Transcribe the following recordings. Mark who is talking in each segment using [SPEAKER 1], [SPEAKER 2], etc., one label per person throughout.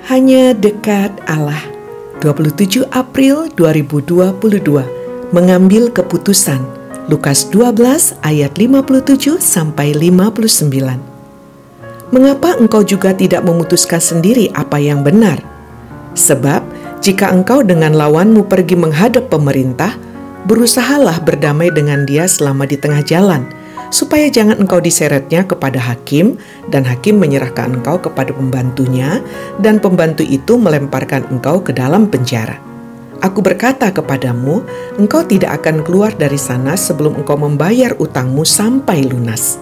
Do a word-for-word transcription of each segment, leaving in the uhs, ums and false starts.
[SPEAKER 1] Hanya dekat Allah. dua puluh tujuh April dua ribu dua puluh dua. Mengambil keputusan. Lukas dua belas ayat lima puluh tujuh sampai lima puluh sembilan. Mengapa engkau juga tidak memutuskan sendiri apa yang benar? Sebab jika engkau dengan lawanmu pergi menghadap pemerintah, berusahalah berdamai dengan dia selama di tengah jalan, supaya jangan engkau diseretnya kepada hakim, dan hakim menyerahkan engkau kepada pembantunya, dan pembantu itu melemparkan engkau ke dalam penjara. Aku berkata kepadamu, engkau tidak akan keluar dari sana sebelum engkau membayar utangmu sampai lunas.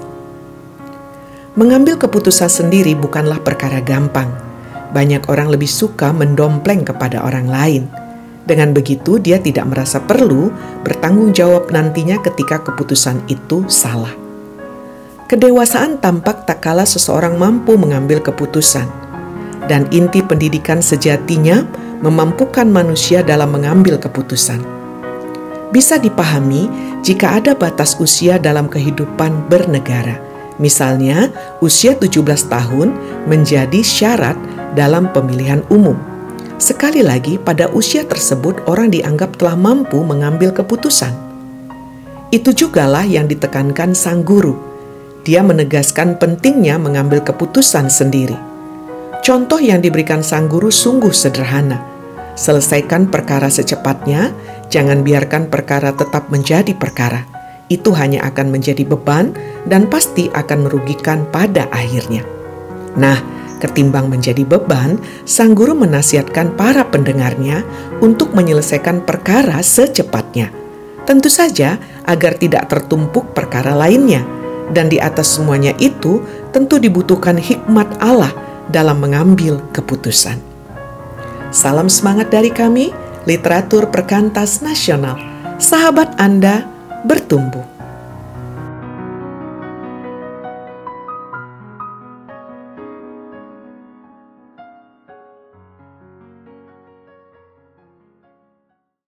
[SPEAKER 1] Mengambil keputusan sendiri bukanlah perkara gampang. Banyak orang lebih suka mendompleng kepada orang lain. Dengan begitu, dia tidak merasa perlu bertanggung jawab nantinya ketika keputusan itu salah. Kedewasaan tampak tak kala seseorang mampu mengambil keputusan, dan inti pendidikan sejatinya memampukan manusia dalam mengambil keputusan. Bisa dipahami jika ada batas usia dalam kehidupan bernegara. Misalnya, usia tujuh belas tahun menjadi syarat dalam pemilihan umum. Sekali lagi, pada usia tersebut orang dianggap telah mampu mengambil keputusan. Itu jugalah yang ditekankan sang guru. Dia menegaskan pentingnya mengambil keputusan sendiri. Contoh yang diberikan sang guru sungguh sederhana. Selesaikan perkara secepatnya, jangan biarkan perkara tetap menjadi perkara. Itu hanya akan menjadi beban dan pasti akan merugikan pada akhirnya. Nah, ketimbang menjadi beban, sang guru menasihatkan para pendengarnya untuk menyelesaikan perkara secepatnya. Tentu saja agar tidak tertumpuk perkara lainnya. Dan di atas semuanya itu tentu dibutuhkan hikmat Allah dalam mengambil keputusan. Salam semangat dari kami, Literatur Perkantas Nasional. Sahabat Anda bertumbuh.